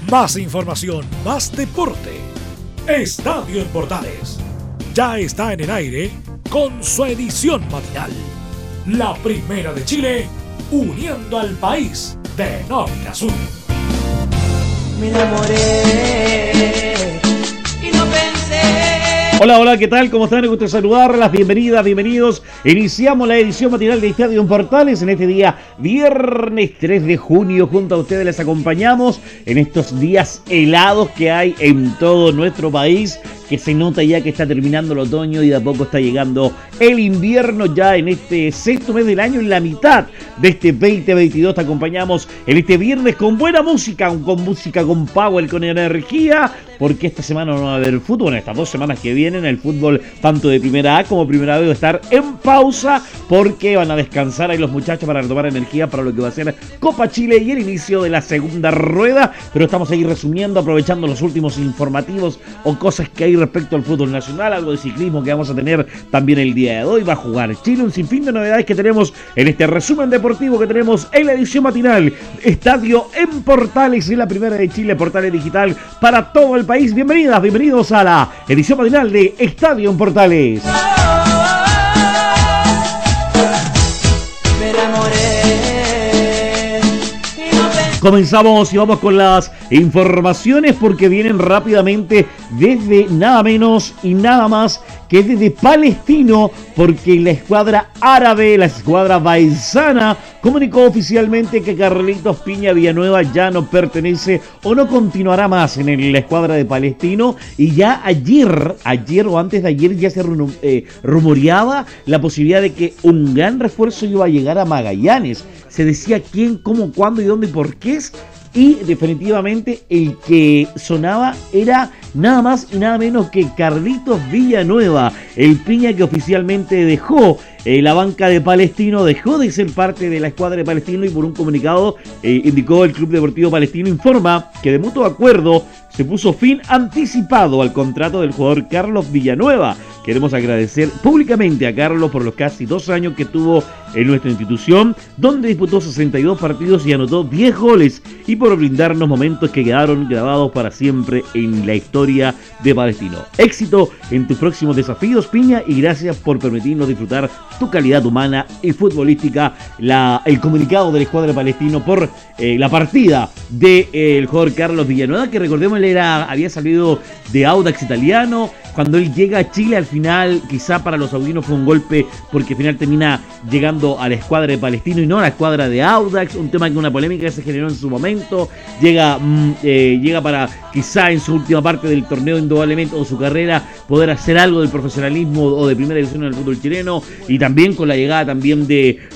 Más información, más deporte. Estadio en Portales ya está en el aire con su edición matinal. La primera de Chile, uniendo al país de norte a sur. Me enamoré y no pensé. Hola, ¿qué tal? ¿Cómo están? Me gusta saludarlas. Bienvenidos. Iniciamos la edición matinal de Estadio en Portales en este día, viernes 3 de junio. Junto a ustedes les acompañamos en estos días helados que hay en todo nuestro país, que se nota ya que está terminando el otoño y de a poco está llegando el invierno ya en este sexto mes del año, en la mitad de este 2022. Te acompañamos en este viernes con buena música, con power, con energía, porque esta semana no va a haber fútbol. En estas 2 semanas que vienen el fútbol tanto de primera A como primera B va a estar en pausa porque van a descansar ahí los muchachos para retomar energía para lo que va a ser Copa Chile y el inicio de la segunda rueda. Pero estamos ahí resumiendo, aprovechando los últimos informativos o cosas que hay respecto al fútbol nacional, algo de ciclismo que vamos a tener también el día de hoy. Va a jugar Chile, un sinfín de novedades que tenemos en este resumen deportivo que tenemos en la edición matinal. Estadio en Portales, en la primera de Chile, Portales Digital para todo el país. Bienvenidos a la edición matinal de Estadio en Portales. Me enamoré. Comenzamos y vamos con las informaciones porque vienen rápidamente desde nada menos y nada más que desde Palestino, porque la escuadra árabe, la escuadra baizana, comunicó oficialmente que Carlitos Piña Villanueva ya no pertenece o no continuará más en la escuadra de Palestino. Y ya ayer o antes de ayer ya se rumoreaba la posibilidad de que un gran refuerzo iba a llegar a Magallanes. Se decía quién, cómo, cuándo y dónde y por qué. Y definitivamente el que sonaba era nada más y nada menos que Carlitos Villanueva, el Piña que oficialmente dejó la banca de Palestino, dejó de ser parte de la escuadra de Palestino y por un comunicado indicó el Club Deportivo Palestino, informa que de mutuo acuerdo se puso fin anticipado al contrato del jugador Carlos Villanueva. Queremos agradecer públicamente a Carlos por los casi 2 años que tuvo en nuestra institución, donde disputó 62 partidos y anotó 10 goles, y por brindarnos momentos que quedaron grabados para siempre en la historia de Palestino. Éxito en tus próximos desafíos, Piña, y gracias por permitirnos disfrutar tu calidad humana y futbolística. El comunicado del escuadra de Palestino por la partida del jugador Carlos Villanueva, que recordemos había salido de Audax Italiano. Cuando él llega a Chile, al final, quizá para los saudinos fue un golpe, porque al final termina llegando a la escuadra de Palestino y no a la escuadra de Audax, un tema que una polémica que se generó en su momento. Llega para quizá en su última parte del torneo, indudablemente, o su carrera, poder hacer algo del profesionalismo o de primera división en el fútbol chileno, y también con la llegada también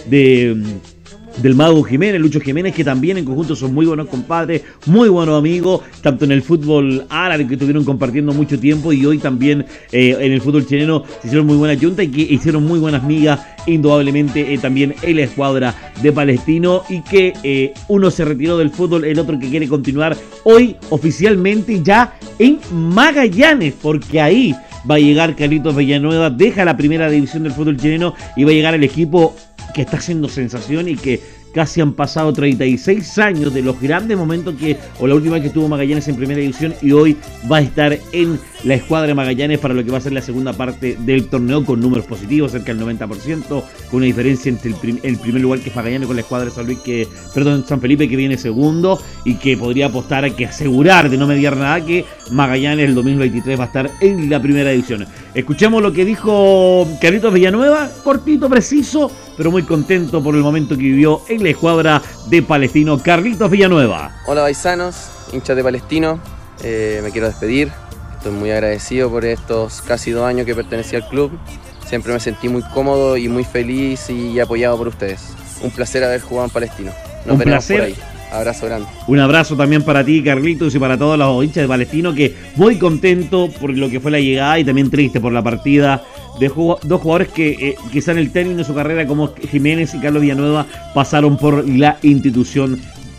del Mago Jiménez, Lucho Jiménez, que también en conjunto son muy buenos compadres, muy buenos amigos, tanto en el fútbol árabe, que estuvieron compartiendo mucho tiempo, y hoy también en el fútbol chileno se hicieron muy buenas juntas y que hicieron muy buenas migas, indudablemente también en la escuadra de Palestino, y que uno se retiró del fútbol, el otro que quiere continuar hoy oficialmente ya en Magallanes, porque ahí va a llegar Carlitos Villanueva, deja la primera división del fútbol chileno y va a llegar el equipo que está haciendo sensación y que casi han pasado 36 años de los grandes momentos o la última vez que estuvo Magallanes en primera división, y hoy va a estar en la escuadra de Magallanes para lo que va a ser la segunda parte del torneo, con números positivos, cerca del 90%, con una diferencia entre el primer lugar, que es Magallanes, con la escuadra de San Felipe, que viene segundo, y que podría apostar a que asegurar de no mediar nada que Magallanes el 2023 va a estar en la primera división. Escuchemos lo que dijo Carlitos Villanueva, cortito, preciso, pero muy contento por el momento que vivió en la escuadra de Palestino, Carlitos Villanueva. Hola paisanos, hinchas de Palestino, me quiero despedir. Estoy muy agradecido por estos casi 2 años que pertenecí al club. Siempre me sentí muy cómodo y muy feliz y apoyado por ustedes. Un placer haber jugado en Palestino. Nos veremos por ahí. Abrazo grande. Un abrazo también para ti, Carlitos, y para todos los hinchas de Palestino, que muy contento por lo que fue la llegada y también triste por la partida de 2 jugadores que quizá en el término de su carrera, como Jiménez y Carlos Villanueva, pasaron por la institución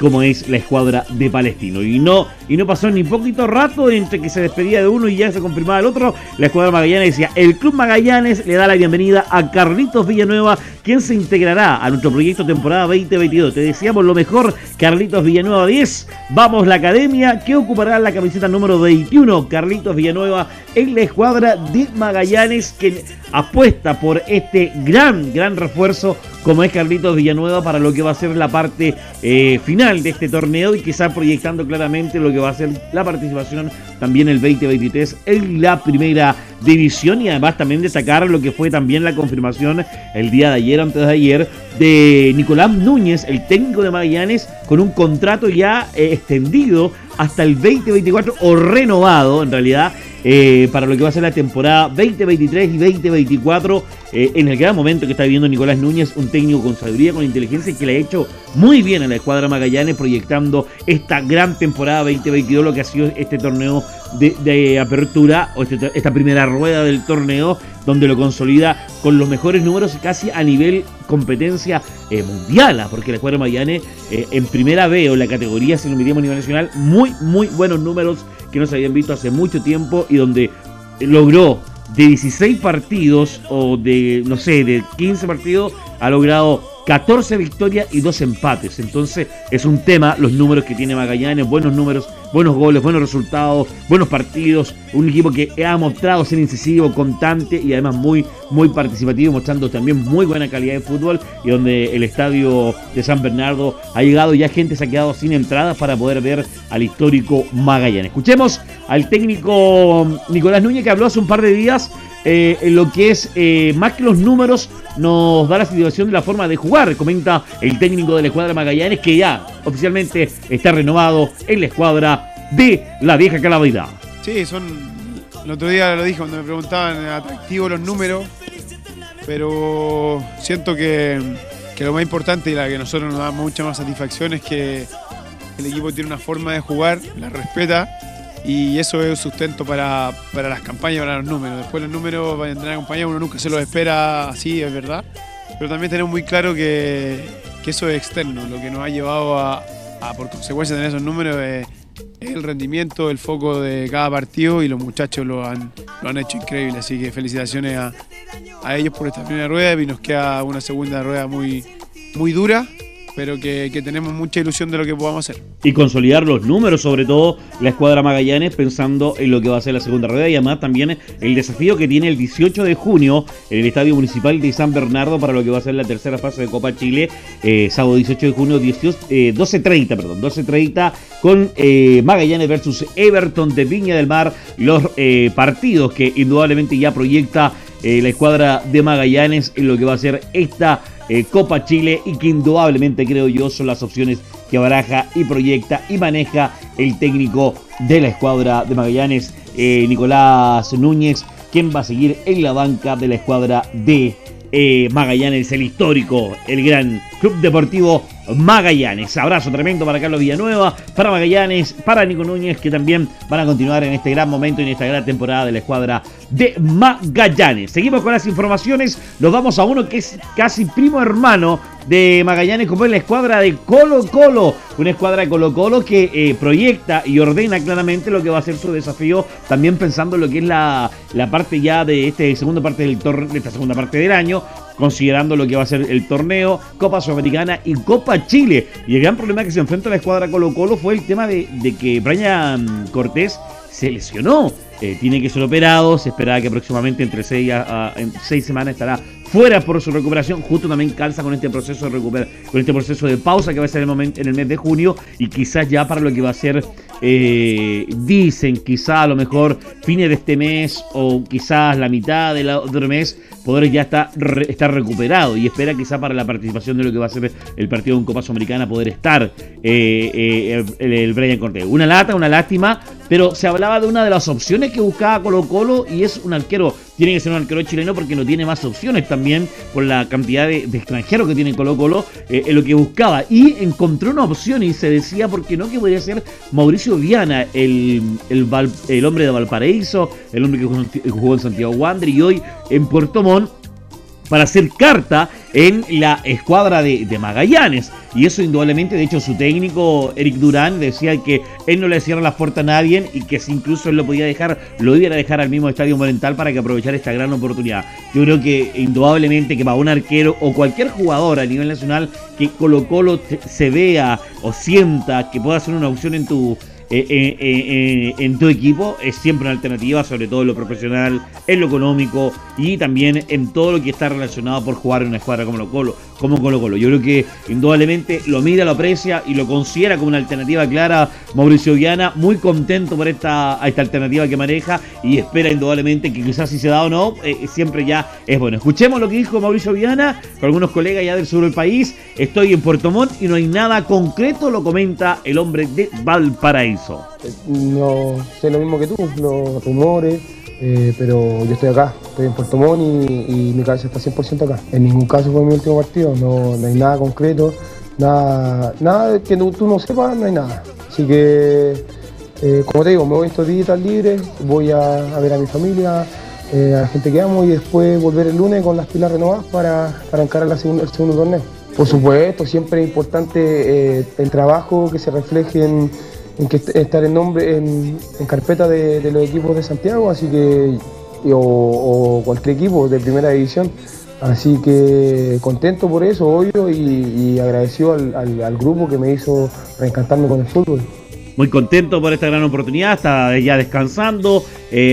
como es la escuadra de Palestino. Y no pasó ni poquito rato entre que se despedía de uno y ya se confirmaba el otro. La escuadra Magallanes decía: el Club Magallanes le da la bienvenida a Carlitos Villanueva, quien se integrará a nuestro proyecto temporada 2022. Te deseamos lo mejor, Carlitos Villanueva 10. Vamos, la academia, que ocupará la camiseta número 21. Carlitos Villanueva en la escuadra de Magallanes, que apuesta por este gran refuerzo como es Carlitos Villanueva para lo que va a ser la parte final de este torneo, y quizá proyectando claramente lo que va a ser la participación también el 2023 en la primera división. Y además también destacar lo que fue también la confirmación el día de ayer, antes de ayer, de Nicolás Núñez, el técnico de Magallanes, con un contrato ya extendido hasta el 2024 o renovado en realidad, para lo que va a ser la temporada 2023 y 2024, en el gran momento que está viviendo Nicolás Núñez, un técnico con sabiduría, con inteligencia, que le ha hecho muy bien a la escuadra Magallanes, proyectando esta gran temporada 2022, lo que ha sido este torneo de apertura, o esta primera rueda del torneo, donde lo consolida con los mejores números casi a nivel competencia mundial, porque la escuadra Magallanes en primera B o en la categoría, si lo midimos a nivel nacional, muy buenos números que no se habían visto hace mucho tiempo, y donde logró de 16 partidos o de 15 partidos, ha logrado 14 victorias y 2 empates. Entonces es un tema los números que tiene Magallanes, buenos números, buenos goles, buenos resultados, buenos partidos, un equipo que ha mostrado ser incisivo, constante y además muy participativo, mostrando también muy buena calidad de fútbol, y donde el estadio de San Bernardo ha llegado, ya gente se ha quedado sin entradas para poder ver al histórico Magallanes. Escuchemos al técnico Nicolás Núñez, que habló hace un par de días en lo que es más que los números, nos da la situación de la forma de jugar. Comenta el técnico de la escuadra Magallanes, que ya oficialmente está renovado en la escuadra de la vieja calamidad. Sí, el otro día lo dije cuando me preguntaban, atractivos los números, pero siento que lo más importante y la que a nosotros nos da mucha más satisfacción es que el equipo tiene una forma de jugar, la respeta, y eso es sustento para las campañas, para los números. Después los números van a entrar acompañados, uno nunca se los espera así, es verdad, pero también tenemos muy claro que eso es externo. Lo que nos ha llevado a por consecuencia tener esos números es el rendimiento, el foco de cada partido, y los muchachos lo han hecho increíble, así que felicitaciones a ellos por esta primera rueda, y nos queda una segunda rueda muy dura, pero que tenemos mucha ilusión de lo que podamos hacer. Y consolidar los números, sobre todo la escuadra Magallanes, pensando en lo que va a ser la segunda rueda, y además también el desafío que tiene el 18 de junio en el Estadio Municipal de San Bernardo para lo que va a ser la tercera fase de Copa Chile, sábado 18 de junio, 12:30, con Magallanes versus Everton de Viña del Mar, los partidos que indudablemente ya proyecta la escuadra de Magallanes en lo que va a ser esta Copa Chile, y que indudablemente, creo yo, son las opciones que baraja y proyecta y maneja el técnico de la escuadra de Magallanes, Nicolás Núñez, quien va a seguir en la banca de la escuadra de Magallanes, el histórico, el gran Club Deportivo Magallanes. Abrazo tremendo para Carlos Villanueva, para Magallanes, para Nico Núñez, que también van a continuar en este gran momento y en esta gran temporada de la escuadra de Magallanes. Seguimos con las informaciones, nos vamos a uno que es casi primo hermano de Magallanes, como es la escuadra de Colo-Colo, una escuadra de Colo-Colo que proyecta y ordena claramente lo que va a ser su desafío, también pensando en lo que es la parte ya de esta segunda parte del año, considerando lo que va a ser el torneo, Copa Sudamericana y Copa Chile. Y el gran problema que se enfrenta a la escuadra Colo-Colo fue el tema de que Brian Cortés se lesionó. Tiene que ser operado, se esperaba que próximamente entre 6 semanas estará fuera por su recuperación. Justo también calza con este proceso de pausa que va a ser en el mes de junio, y quizás ya para lo que va a ser, dicen quizás a lo mejor fines de este mes o quizás la mitad del otro mes, poder ya estar recuperado, y espera quizás para la participación de lo que va a ser el partido en Copa Sudamericana poder estar el Brian Cortés. Una lástima, pero se hablaba de una de las opciones que buscaba Colo-Colo, y es un arquero. Tiene que ser un arquero chileno porque no tiene más opciones también por la cantidad de extranjeros que tiene Colo-Colo, en lo que buscaba, y encontró una opción, y se decía, ¿por qué no?, que podría ser Mauricio Viana, el hombre de Valparaíso, el hombre que jugó en Santiago Wander y hoy en Puerto Montt, para hacer carta en la escuadra de Magallanes. Y eso indudablemente, de hecho su técnico Eric Durán decía que él no le cierra las puertas a nadie y que si incluso él lo iba a dejar al mismo Estadio Monumental para que aprovechara esta gran oportunidad. Yo creo que indudablemente que para un arquero o cualquier jugador a nivel nacional que Colo-Colo se vea o sienta que pueda ser una opción en tu equipo, es siempre una alternativa, sobre todo en lo profesional, en lo económico y también en todo lo que está relacionado por jugar en una escuadra como Colo-Colo. Yo creo que indudablemente lo mira, lo aprecia y lo considera como una alternativa clara. Mauricio Viana, muy contento por esta alternativa que maneja y espera indudablemente que quizás si se da o no, siempre ya es bueno. Escuchemos lo que dijo Mauricio Viana con algunos colegas ya del sur del país. Estoy en Puerto Montt y no hay nada concreto, lo comenta el hombre de Valparaíso. No sé lo mismo que tú, los rumores, pero yo estoy acá, estoy en Puerto Montt y mi cabeza está 100% acá. En ningún caso fue mi último partido, no hay nada concreto, nada que tú no sepas, no hay nada. Así que, como te digo, me voy estos días libres, voy a ver a mi familia, a la gente que amo y después volver el lunes con las pilas renovadas para encarar el segundo torneo. Por supuesto, siempre es importante el trabajo que se refleje en que estar en nombre en carpeta de los equipos de Santiago, así que o cualquier equipo de primera división, así que contento por eso, obvio, y agradecido al grupo que me hizo reencantarme con el fútbol. Muy contento por esta gran oportunidad, está ya descansando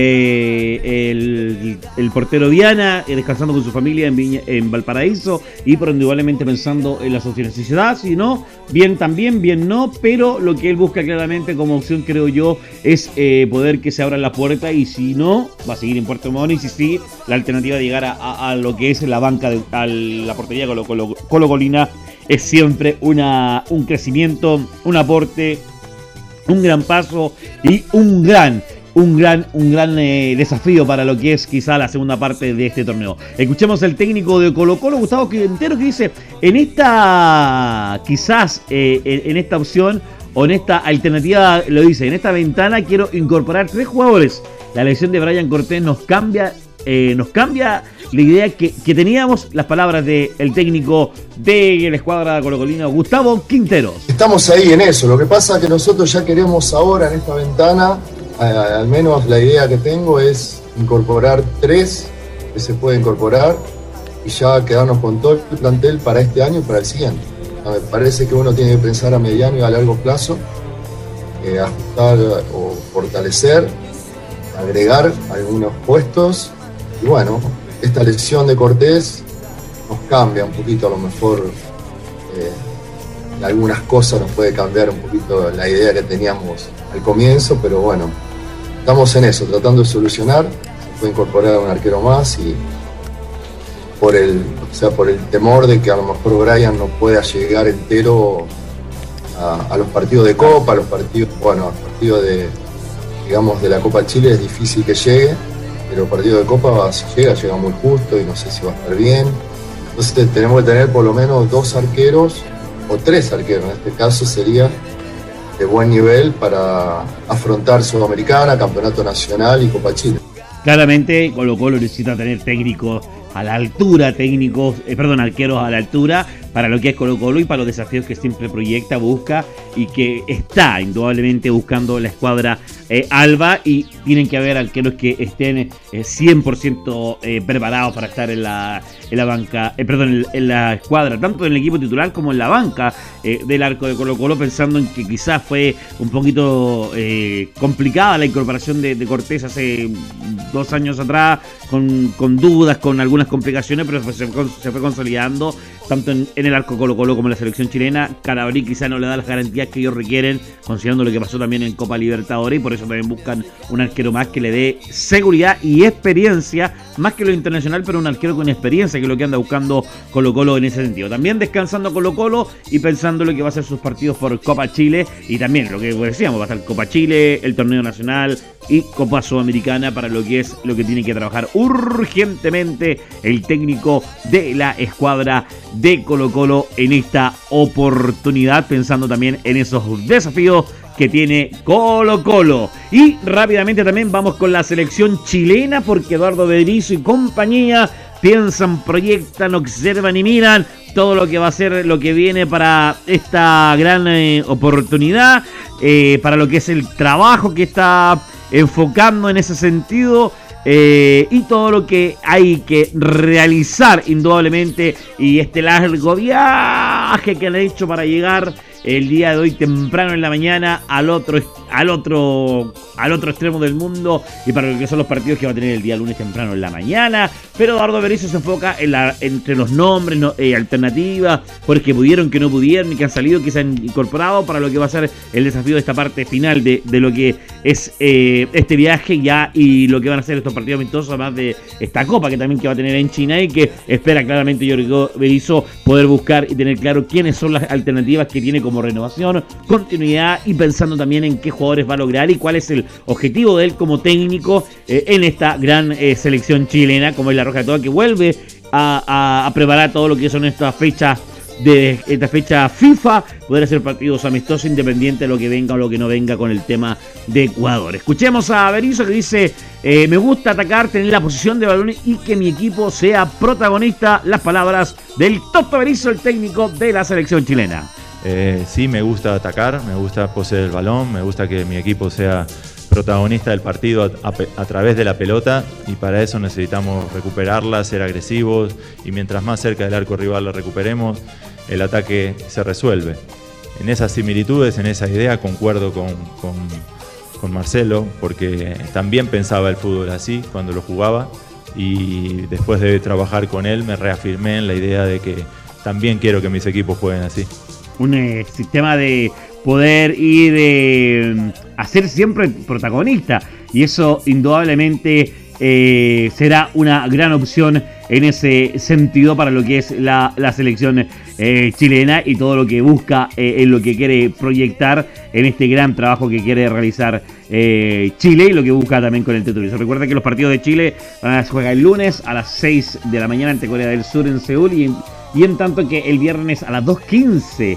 el portero Viana, descansando con su familia en Valparaíso y por indudablemente pensando en la sociedad, si no, bien también, bien no, pero lo que él busca claramente como opción, creo yo, es poder que se abran las puertas y si no, va a seguir en Puerto Montt y si sí, la alternativa de llegar a lo que es la banca, a la portería colocolina es siempre un crecimiento, un aporte, un gran paso y un gran desafío para lo que es quizá la segunda parte de este torneo. Escuchemos al técnico de Colo-Colo, Gustavo Quintero, que dice, en esta opción o en esta alternativa, lo dice, en esta ventana quiero incorporar 3 jugadores. La elección de Brian Cortés nos cambia la idea que teníamos, las palabras del técnico de la escuadra colocolina, Gustavo Quinteros. Estamos ahí en eso, lo que pasa es que nosotros ya queremos ahora en esta ventana, al menos la idea que tengo es incorporar 3 que se puede incorporar y ya quedarnos con todo el plantel para este año y para el siguiente. Me parece que uno tiene que pensar a mediano y a largo plazo, ajustar o fortalecer, agregar algunos puestos. Y bueno, esta elección de Cortés nos cambia un poquito, a lo mejor en algunas cosas nos puede cambiar un poquito la idea que teníamos al comienzo, pero bueno, estamos en eso, tratando de solucionar. Se puede incorporar a un arquero más y por el temor de que a lo mejor Brian no pueda llegar entero a los partidos de Copa, a los partidos de la Copa Chile es difícil que llegue. Pero el partido de Copa, si llega muy justo y no sé si va a estar bien. Entonces tenemos que tener por lo menos 2 arqueros o 3 arqueros, en este caso sería de buen nivel para afrontar Sudamericana, Campeonato Nacional y Copa Chile. Claramente Colo-Colo necesita tener técnicos a la altura, arqueros a la altura para lo que es Colo-Colo y para los desafíos que siempre proyecta, busca y que está indudablemente buscando la escuadra Alba, y tienen que haber arqueros que estén 100% preparados para estar en la banca, en la escuadra, tanto en el equipo titular como en la banca del arco de Colo-Colo, pensando en que quizás fue un poquito complicada la incorporación de Cortés hace 2 años atrás, con dudas, con algunas complicaciones, pero se fue consolidando tanto en el arco Colo-Colo como en la selección chilena. Carabalí quizá no le da las garantías que ellos requieren, considerando lo que pasó también en Copa Libertadores, y por eso también buscan un arquero más que le dé seguridad y experiencia, más que lo internacional, pero un arquero con experiencia, que es lo que anda buscando Colo-Colo en ese sentido. También descansando Colo-Colo y pensando lo que va a ser sus partidos por Copa Chile, y también lo que decíamos, va a estar Copa Chile, el torneo nacional y Copa Sudamericana, para lo que tiene que trabajar urgentemente el técnico de la escuadra de Colo-Colo en esta oportunidad, pensando también en esos desafíos que tiene Colo-Colo. Y rápidamente también vamos con la selección chilena, porque Eduardo Berizzo y compañía piensan, proyectan, observan y miran todo lo que va a ser, lo que viene para esta gran oportunidad, para lo que es el trabajo que está enfocando en ese sentido, y todo lo que hay que realizar indudablemente, y este largo viaje que han hecho para llegar el día de hoy temprano en la mañana al otro extremo del mundo, y para lo que son los partidos que va a tener el día lunes temprano en la mañana. Pero Eduardo Berizzo se enfoca entre los nombres, alternativas, porque pudieron, que no pudieron y que han salido, que se han incorporado para lo que va a ser el desafío de esta parte final de lo que es este viaje ya, y lo que van a ser estos partidos amistosos, además de esta copa que también que va a tener en China, y que espera claramente Jorge Berizzo poder buscar y tener claro quiénes son las alternativas que tiene como renovación, continuidad, y pensando también en qué jugadores va a lograr y cuál es el objetivo de él como técnico en esta gran selección chilena, como es la Roja de Toa, que vuelve a preparar todo lo que son estas fechas de esta fecha FIFA, poder hacer partidos amistosos independiente de lo que venga o lo que no venga con el tema de Ecuador. Escuchemos a Berizzo, que dice: me gusta atacar, tener la posición de balón y que mi equipo sea protagonista. Las palabras del Toto Berizzo, el técnico de la selección chilena. Sí, me gusta atacar, me gusta poseer el balón, me gusta que mi equipo sea protagonista del partido a través de la pelota, y para eso necesitamos recuperarla, ser agresivos, y mientras más cerca del arco rival la recuperemos, el ataque se resuelve. En esas similitudes, en esa idea, concuerdo con Marcelo, porque también pensaba el fútbol así cuando lo jugaba, y después de trabajar con él me reafirmé en la idea de que también quiero que mis equipos jueguen así. Un sistema de poder y de hacer siempre protagonista, y eso indudablemente será una gran opción en ese sentido para lo que es la selección chilena, y todo lo que busca en lo que quiere proyectar en este gran trabajo que quiere realizar Chile, y lo que busca también con el título. Recuerda que los partidos de Chile van a jugar el lunes a las 6 de la mañana ante Corea del Sur en Seúl, y en tanto que el viernes a las 2:15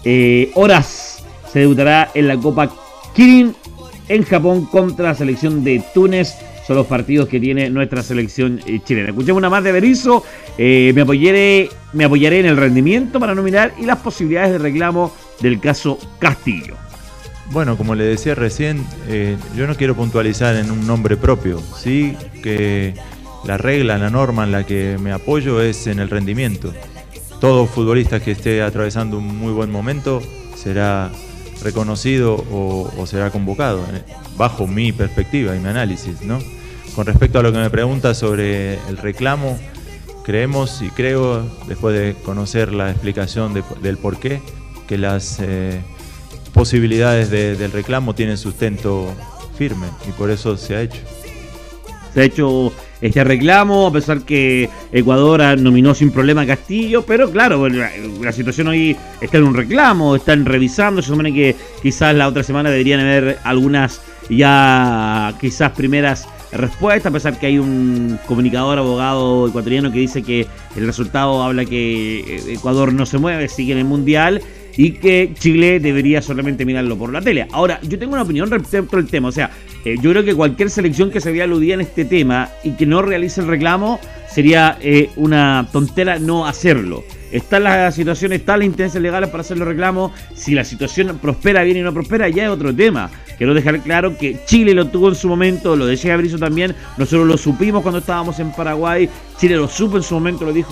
horas se debutará en la Copa Kirin en Japón contra la selección de Túnez. Son los partidos que tiene nuestra selección chilena. Escuchemos una más de Berizzo. Me apoyaré en el rendimiento para no mirar y las posibilidades de reclamo del caso Castillo. Bueno, como le decía recién, yo no quiero puntualizar en un nombre propio, sí que la regla, la norma en la que me apoyo es en el rendimiento. Todo futbolista que esté atravesando un muy buen momento será reconocido o será convocado, bajo mi perspectiva y mi análisis, ¿no? Con respecto a lo que me pregunta sobre el reclamo, creemos y creo, después de conocer la explicación del porqué, que las posibilidades del reclamo tienen sustento firme, y por eso se ha hecho. Se ha hecho este reclamo, a pesar que Ecuador nominó sin problema a Castillo, pero claro, la situación hoy está en un reclamo, están revisando, se supone que quizás la otra semana deberían haber algunas ya quizás primeras respuestas, a pesar que hay un comunicador abogado ecuatoriano que dice que el resultado habla que Ecuador no se mueve, sigue en el Mundial, y que Chile debería solamente mirarlo por la tele. Ahora, yo tengo una opinión respecto al tema, o sea, yo creo que cualquier selección que se vea aludida en este tema y que no realice el reclamo, sería una tontera no hacerlo. Está la situación, están las instancias legales para hacer los reclamos. Si la situación prospera bien y no prospera, ya es otro tema. Quiero dejar claro que Chile lo tuvo en su momento, lo decía Berizzo también, nosotros lo supimos cuando estábamos en Paraguay, Chile lo supo en su momento, lo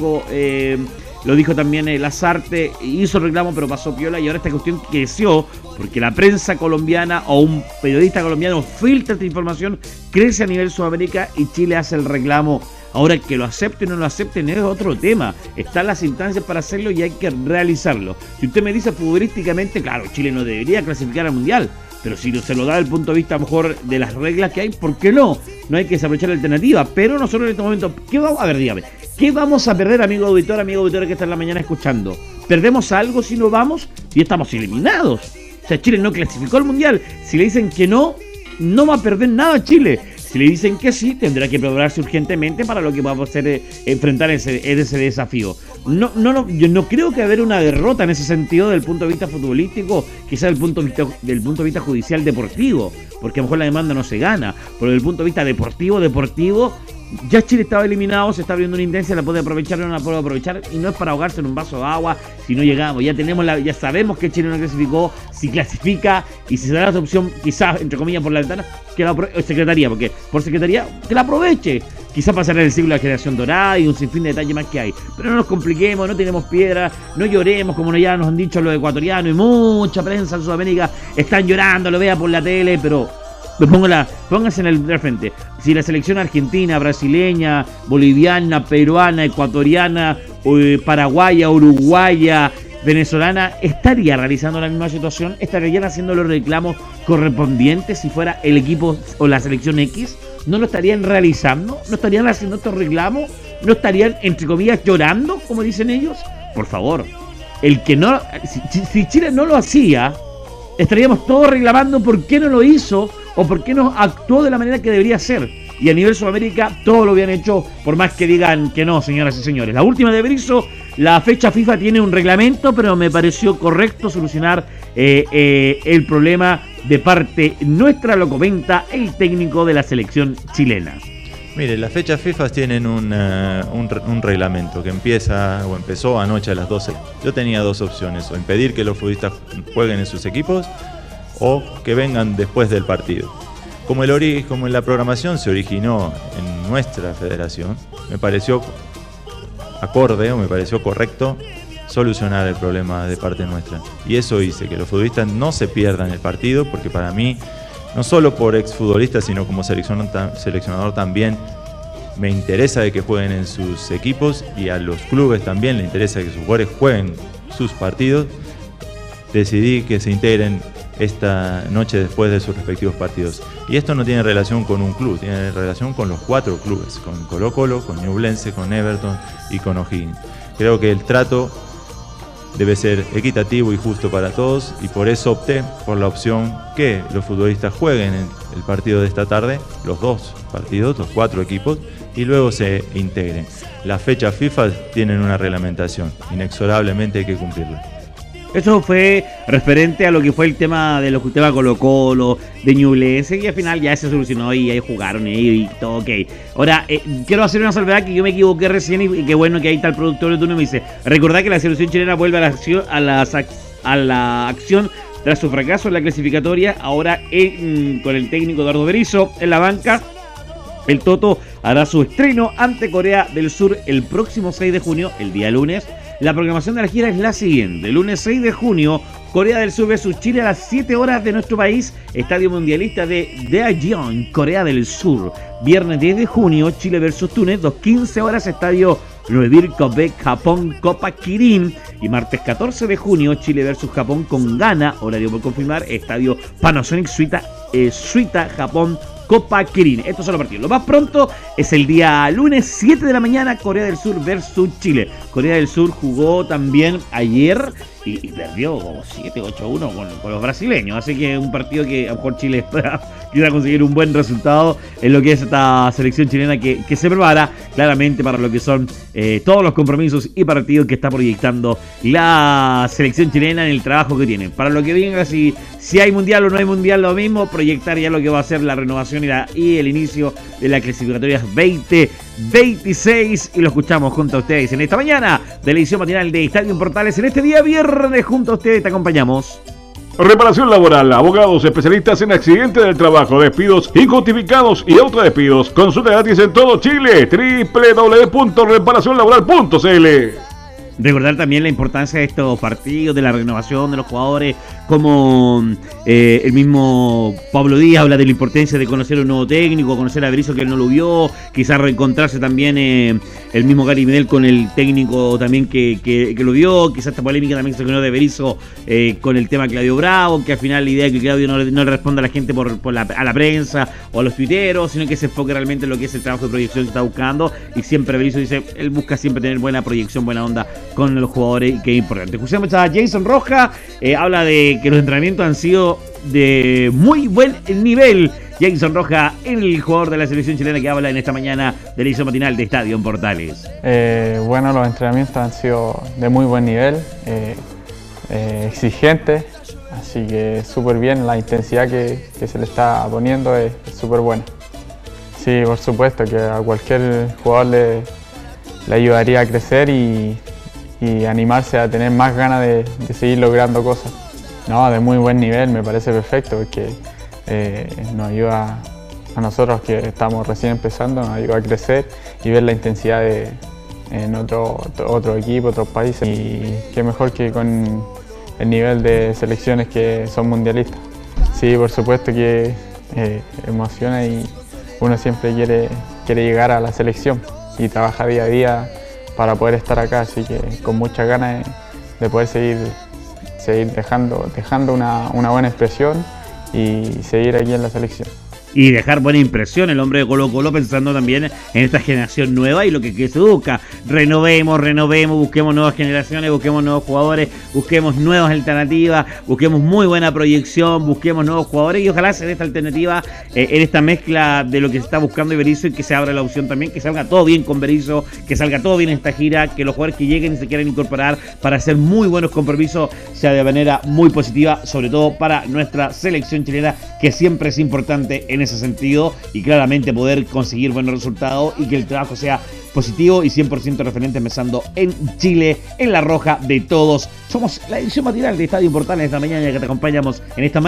dijo también Lazarte, hizo el reclamo pero pasó piola, y ahora esta cuestión creció porque la prensa colombiana o un periodista colombiano filtra esta información, crece a nivel Sudamérica y Chile hace el reclamo. Ahora, que lo acepten o no lo acepten es otro tema. Están las instancias para hacerlo y hay que realizarlo. Si usted me dice futbolísticamente, claro, Chile no debería clasificar al Mundial, pero si se lo da desde el punto de vista a lo mejor de las reglas que hay, ¿por qué no? No hay que desaprovechar la alternativa. Pero nosotros en este momento, ¿qué vamos a ver? Dígame, ¿qué vamos a perder, amigo auditor que está en la mañana escuchando? ¿Perdemos algo si no vamos? Si estamos eliminados. O sea, Chile no clasificó al Mundial. Si le dicen que no, no va a perder nada Chile. Si le dicen que sí, tendrá que prepararse urgentemente para lo que va a hacer enfrentar ese desafío. Yo no creo que haber una derrota en ese sentido desde el punto de vista futbolístico, quizás desde el punto de vista judicial deportivo, porque a lo mejor la demanda no se gana, pero desde el punto de vista deportivo, Ya Chile estaba eliminado, se está abriendo una intensa, la puede aprovechar o no la puede aprovechar, y no es para ahogarse en un vaso de agua si no llegamos. Ya sabemos que Chile no clasificó, si clasifica y si se da la opción, quizás, entre comillas, por la ventana, que la secretaría, porque por secretaría, que la aproveche. Quizás pasará el siglo de la generación dorada y un sinfín de detalles más que hay. Pero no nos compliquemos, no tenemos piedra, no lloremos, como ya nos han dicho los ecuatorianos y mucha prensa en Sudamérica están llorando, lo vea por la tele, pero pónganse en el frente. Si la selección argentina, brasileña, boliviana, peruana, ecuatoriana, paraguaya, uruguaya, venezolana estaría realizando la misma situación, estarían haciendo los reclamos correspondientes si fuera el equipo o la selección X, no lo estarían realizando, no estarían haciendo estos reclamos, no estarían, entre comillas, llorando, como dicen ellos. Por favor, si Chile no lo hacía, estaríamos todos reclamando por qué no lo hizo o por qué no actuó de la manera que debería ser. Y a nivel Sudamérica todo lo habían hecho, por más que digan que no, señoras y señores. La última de Berizzo, la fecha FIFA tiene un reglamento, pero me pareció correcto solucionar el problema de parte nuestra, lo comenta el técnico de la selección chilena. Mire, las fechas FIFA tienen un reglamento que empezó anoche a las 12. Yo tenía dos opciones, o impedir que los futbolistas jueguen en sus equipos o que vengan después del partido. Como en la programación se originó en nuestra federación, me pareció acorde o me pareció correcto solucionar el problema de parte nuestra. Y eso hice que los futbolistas no se pierdan el partido, porque para mí, no solo por exfutbolista, sino como seleccionador también, me interesa de que jueguen en sus equipos, y a los clubes también les interesa que sus jugadores jueguen sus partidos. Decidí que se integren esta noche después de sus respectivos partidos. Y esto no tiene relación con un club, tiene relación con los 4 clubes, con Colo-Colo, con Ñublense, con Everton y con O'Higgins. Creo que el trato debe ser equitativo y justo para todos, y por eso opté por la opción que los futbolistas jueguen en el partido de esta tarde, los 2 partidos, los 4 equipos, y luego se integren. Las fechas FIFA tienen una reglamentación, inexorablemente hay que cumplirla. Eso fue referente a lo que fue el tema de los temas Colo-Colo, de Ñublense, y al final ya se solucionó y ahí jugaron y todo ok. Ahora, quiero hacer una salvedad, que yo me equivoqué recién y que bueno que ahí está el productor de turno y me dice: recordad que la selección chilena vuelve a la acción tras su fracaso en la clasificatoria. Ahora con el técnico Eduardo Berizzo en la banca, el Toto hará su estreno ante Corea del Sur el próximo 6 de junio, el día lunes. La programación de la gira es la siguiente: el lunes 6 de junio, Corea del Sur vs Chile a las 7 horas de nuestro país, Estadio Mundialista de Daejeon, Corea del Sur. Viernes 10 de junio, Chile vs Túnez, 2:15 horas, Estadio Noedir Kobe, Japón, Copa Kirin. Y martes 14 de junio, Chile vs Japón con Ghana, horario por confirmar, Estadio Panasonic Suita, Japón, Copa Kirin. Estos son los partidos. Lo más pronto es el día lunes 7 de la mañana, Corea del Sur versus Chile. Corea del Sur jugó también ayer y perdió como 7-8-1 con los brasileños. Así que un partido que a lo mejor Chile espera conseguir un buen resultado en lo que es esta selección chilena que se prepara claramente para lo que son todos los compromisos y partidos que está proyectando la selección chilena en el trabajo que tiene. Para lo que venga, si hay mundial o no hay mundial, lo mismo, proyectar ya lo que va a ser la renovación y el inicio de las clasificatorias 2026. Y lo escuchamos junto a ustedes en esta mañana de la edición matinal de Estadio en Portales. En este día viernes, junto a ustedes te acompañamos. Reparación laboral, abogados especialistas en accidentes del trabajo, despidos injustificados y autodespidos. Consulta gratis en todo Chile. www.reparacionlaboral.cl. Recordar también la importancia de estos partidos, de la renovación de los jugadores, como el mismo Pablo Díaz habla de la importancia de conocer un nuevo técnico, conocer a Berizzo, que él no lo vio, quizás reencontrarse también el mismo Gary Medel con el técnico también que lo vio, quizás esta polémica también se conoce de Berizzo con el tema Claudio Bravo, que al final la idea es que Claudio no le responda a la gente a la prensa o a los tuiteros, sino que se enfoque realmente en lo que es el trabajo de proyección que está buscando, y siempre Berizzo dice, él busca siempre tener buena proyección, buena onda con los jugadores, y que es importante. Escuchamos a Jason Rojas, habla de que los entrenamientos han sido de muy buen nivel. Jason Rojas, el jugador de la selección chilena, que habla en esta mañana de la edición matinal de Estadio en Portales. Bueno, los entrenamientos han sido de muy buen nivel, exigentes, así que súper bien, la intensidad que se le está poniendo es súper buena. Sí, por supuesto, que a cualquier jugador le ayudaría a crecer y animarse a tener más ganas de seguir logrando cosas. No, de muy buen nivel, me parece perfecto, porque nos ayuda a nosotros que estamos recién empezando, nos ayuda a crecer y ver la intensidad en otro equipo, otros países. Y qué mejor que con el nivel de selecciones que son mundialistas. Sí, por supuesto que emociona y uno siempre quiere llegar a la selección y trabaja día a día para poder estar acá, así que con muchas ganas de poder seguir dejando una buena expresión y seguir aquí en la selección. Y dejar buena impresión el hombre de Colo-Colo, pensando también en esta generación nueva y lo que se busca. Renovemos, busquemos nuevas generaciones, busquemos nuevos jugadores, busquemos nuevas alternativas, busquemos muy buena proyección, busquemos nuevos jugadores y ojalá se dé esta alternativa en esta mezcla de lo que se está buscando Berizzo y que se abra la opción también, que salga todo bien con Berizzo, que salga todo bien en esta gira, que los jugadores que lleguen y se quieran incorporar para hacer muy buenos compromisos sea de manera muy positiva, sobre todo para nuestra selección chilena, que siempre es importante en ese sentido y claramente poder conseguir buenos resultados y que el trabajo sea positivo y 100% referente empezando en Chile, en la roja de todos. Somos la edición matinal de Estadio Portales esta mañana que te acompañamos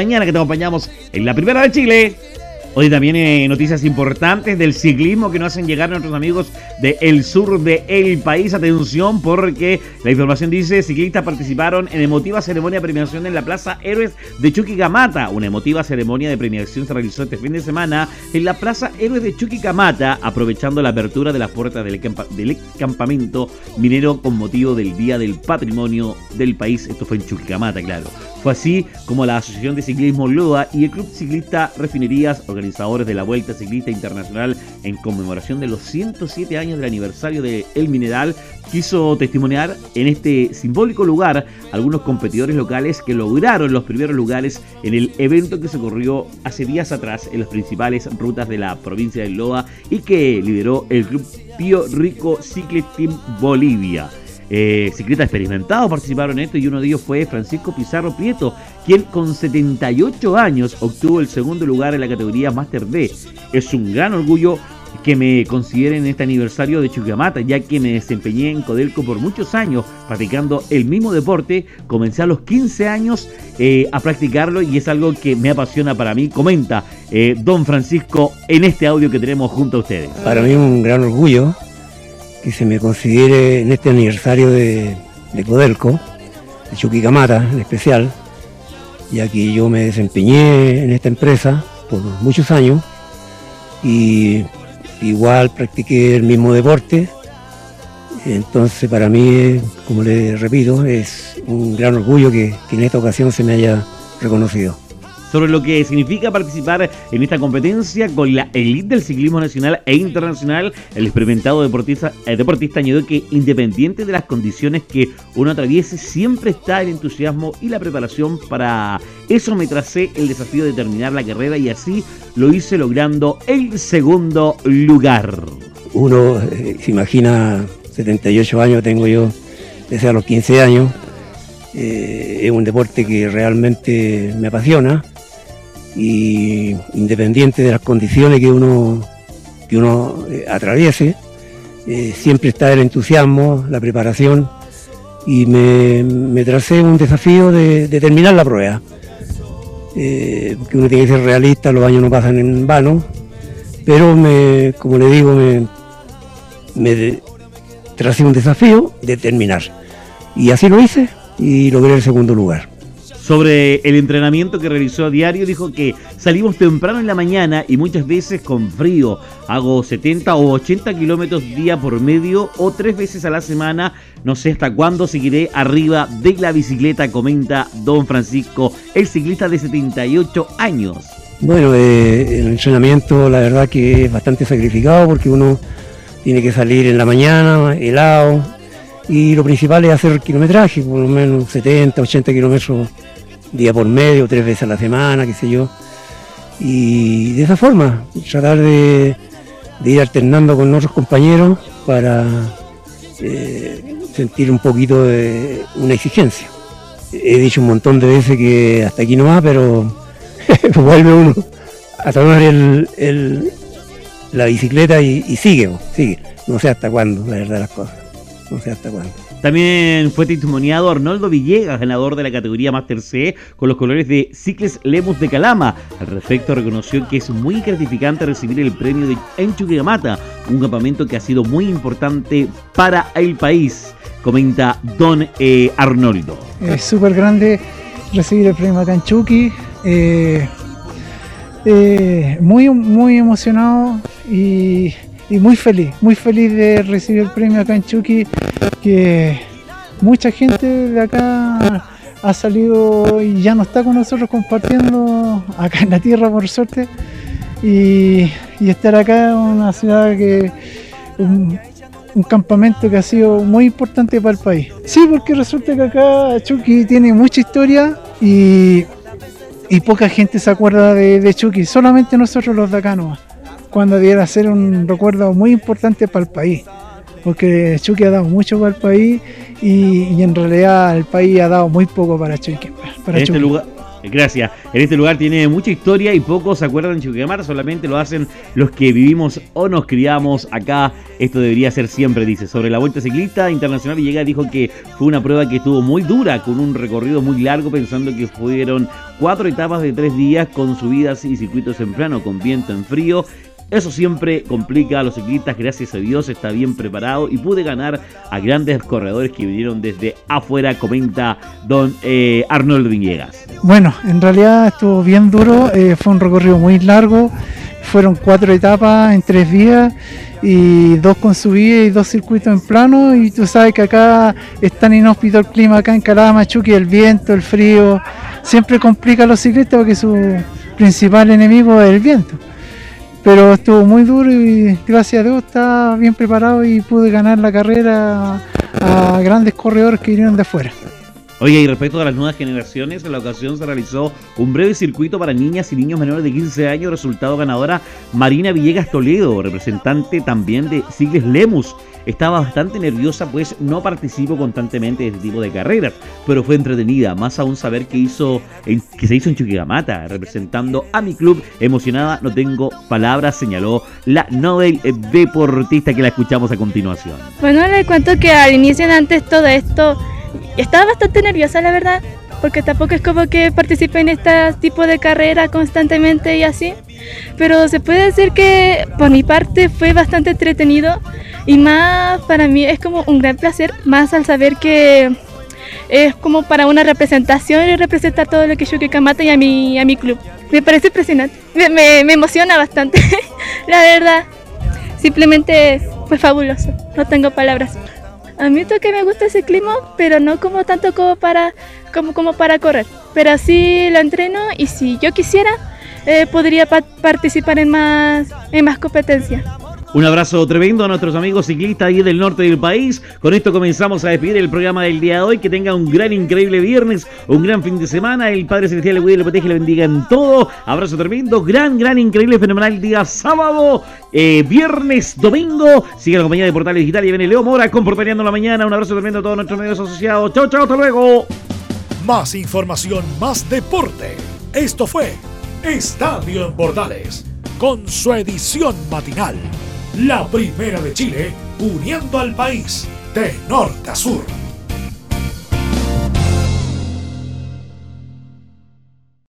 en la primera de Chile. Hoy también noticias importantes del ciclismo que nos hacen llegar nuestros amigos del sur del país. Atención, porque la información dice: ciclistas participaron en emotiva ceremonia de premiación en la Plaza Héroes de Chuquicamata. Una emotiva ceremonia de premiación se realizó este fin de semana en la Plaza Héroes de Chuquicamata, aprovechando la apertura de las puertas del campamento minero con motivo del Día del Patrimonio del país. Esto fue en Chuquicamata, claro. Fue así como la Asociación de Ciclismo LOA y el Club Ciclista Refinerías, organizadores de la Vuelta Ciclista Internacional en conmemoración de los 107 años del aniversario de El Mineral, quiso testimoniar en este simbólico lugar algunos competidores locales que lograron los primeros lugares en el evento que se corrió hace días atrás en las principales rutas de la provincia de Loa y que lideró el Club Pío Rico Cycle Team Bolivia. Ciclistas experimentados participaron en esto y uno de ellos fue Francisco Pizarro Prieto, quien con 78 años obtuvo el segundo lugar en la categoría Master D. Es un gran orgullo que me consideren en este aniversario de Chuquicamata, ya que me desempeñé en Codelco por muchos años practicando el mismo deporte. Comencé a los 15 años a practicarlo y es algo que me apasiona para mí, comenta don Francisco en este audio que tenemos junto a ustedes. Para mí es un gran orgullo que se me considere en este aniversario de Codelco, de Chuquicamata en especial, ya que yo me desempeñé en esta empresa por muchos años y igual practiqué el mismo deporte. Entonces para mí, como le repito, es un gran orgullo que en esta ocasión se me haya reconocido. Sobre lo que significa participar en esta competencia con la elite del ciclismo nacional e internacional, el experimentado deportista añadió que independiente de las condiciones que uno atraviese, siempre está el entusiasmo y la preparación. Para eso me tracé el desafío de terminar la carrera y así lo hice, logrando el segundo lugar. Uno se imagina, 78 años tengo yo desde a los 15 años. Es un deporte que realmente me apasiona y independiente de las condiciones que uno atraviese, siempre está el entusiasmo, la preparación y me tracé un desafío de terminar la prueba. Porque uno tiene que ser realista, los años no pasan en vano, pero como le digo, me tracé un desafío de terminar y así lo hice y logré el segundo lugar. Sobre el entrenamiento que realizó a diario, dijo que salimos temprano en la mañana y muchas veces con frío. Hago 70 o 80 kilómetros día por medio o 3 veces a la semana. No sé hasta cuándo seguiré arriba de la bicicleta, comenta don Francisco, el ciclista de 78 años. Bueno, el entrenamiento la verdad que es bastante sacrificado porque uno tiene que salir en la mañana, helado, y lo principal es hacer kilometraje, por lo menos 70, 80 kilómetros día por medio, 3 veces a la semana, qué sé yo. Y de esa forma, tratar de ir alternando con otros compañeros para sentir un poquito de una exigencia. He dicho un montón de veces que hasta aquí no va, pero vuelve uno a tomar el la bicicleta y sigue. No sé hasta cuándo, la verdad, las cosas. No sé hasta cuándo. También fue testimoniado Arnoldo Villegas, ganador de la categoría Master C con los colores de Cicles Lemus de Calama. Al respecto reconoció que es muy gratificante recibir el premio en Chuquicamata, un campamento que ha sido muy importante para el país, comenta don Arnoldo. Es súper grande recibir el premio acá en Chuqui, muy emocionado y muy feliz de recibir el premio acá en Chuqui, que mucha gente de acá ha salido y ya no está con nosotros compartiendo acá en la tierra, por suerte, y estar acá en una ciudad que un campamento que ha sido muy importante para el país. Sí, porque resulta que acá Chuqui tiene mucha historia y poca gente se acuerda de Chuqui, solamente nosotros los de acá nomás, cuando debiera ser un recuerdo muy importante para el país, porque Chuqui ha dado mucho para el país y en realidad el país ha dado muy poco para Chuqui. Este lugar, gracias. En este lugar tiene mucha historia y pocos se acuerdan de Chuquicamata, solamente lo hacen los que vivimos o nos criamos acá. Esto debería ser siempre, dice. Sobre la Vuelta Ciclista Internacional, Villegas dijo que fue una prueba que estuvo muy dura, con un recorrido muy largo, pensando que fueron 4 etapas de 3 días con subidas y circuitos en plano, con viento en frío. Eso siempre complica a los ciclistas, gracias a Dios está bien preparado y pude ganar a grandes corredores que vinieron desde afuera, comenta don Arnoldo Villegas. Bueno, en realidad estuvo bien duro, fue un recorrido muy largo, fueron 4 etapas en 3 días y 2 con subida y 2 circuitos en plano, y tú sabes que acá es tan inhóspito el clima acá en Calama, Chuqui, el viento, el frío, siempre complica a los ciclistas porque su principal enemigo es el viento. Pero estuvo muy duro y gracias a Dios estaba bien preparado y pude ganar la carrera a grandes corredores que vinieron de afuera. Oye, y respecto a las nuevas generaciones, en la ocasión se realizó un breve circuito para niñas y niños menores de 15 años, resultado ganadora Marina Villegas Toledo, representante también de Cicles Lemus. Estaba bastante nerviosa, pues no participo constantemente de este tipo de carreras, pero fue entretenida, más aún saber que se hizo en Chuquicamata, representando a mi club. Emocionada, no tengo palabras, señaló la Nobel deportista, que la escuchamos a continuación. Bueno, le cuento que al inicio, antes todo esto, estaba bastante nerviosa, la verdad, porque tampoco es como que participé en este tipo de carrera constantemente y así, pero se puede decir que por mi parte fue bastante entretenido. Y más para mí es como un gran placer, más al saber que es como para una representación y representar todo lo que es Chuquicamata y a mi club. Me parece impresionante, me emociona bastante, la verdad. Simplemente fue fabuloso, no tengo palabras. Admito que me gusta el ciclismo, pero no como tanto como para correr. Pero sí lo entreno y si yo quisiera, podría participar en más competencias. Un abrazo tremendo a nuestros amigos ciclistas ahí del norte del país. Con esto comenzamos a despedir el programa del día de hoy. Que tenga un gran, increíble viernes, un gran fin de semana. El Padre Celestial le cuide, le protege y le bendiga en todo. Abrazo tremendo, gran, increíble, fenomenal día sábado, viernes, domingo. Sigue la compañía de Portales Digital y viene Leo Mora con Portaleando en la Mañana. Un abrazo tremendo a todos nuestros medios asociados. Chao, hasta luego. Más información, más deporte. Esto fue Estadio en Portales, con su edición matinal. La primera de Chile, uniendo al país de norte a sur.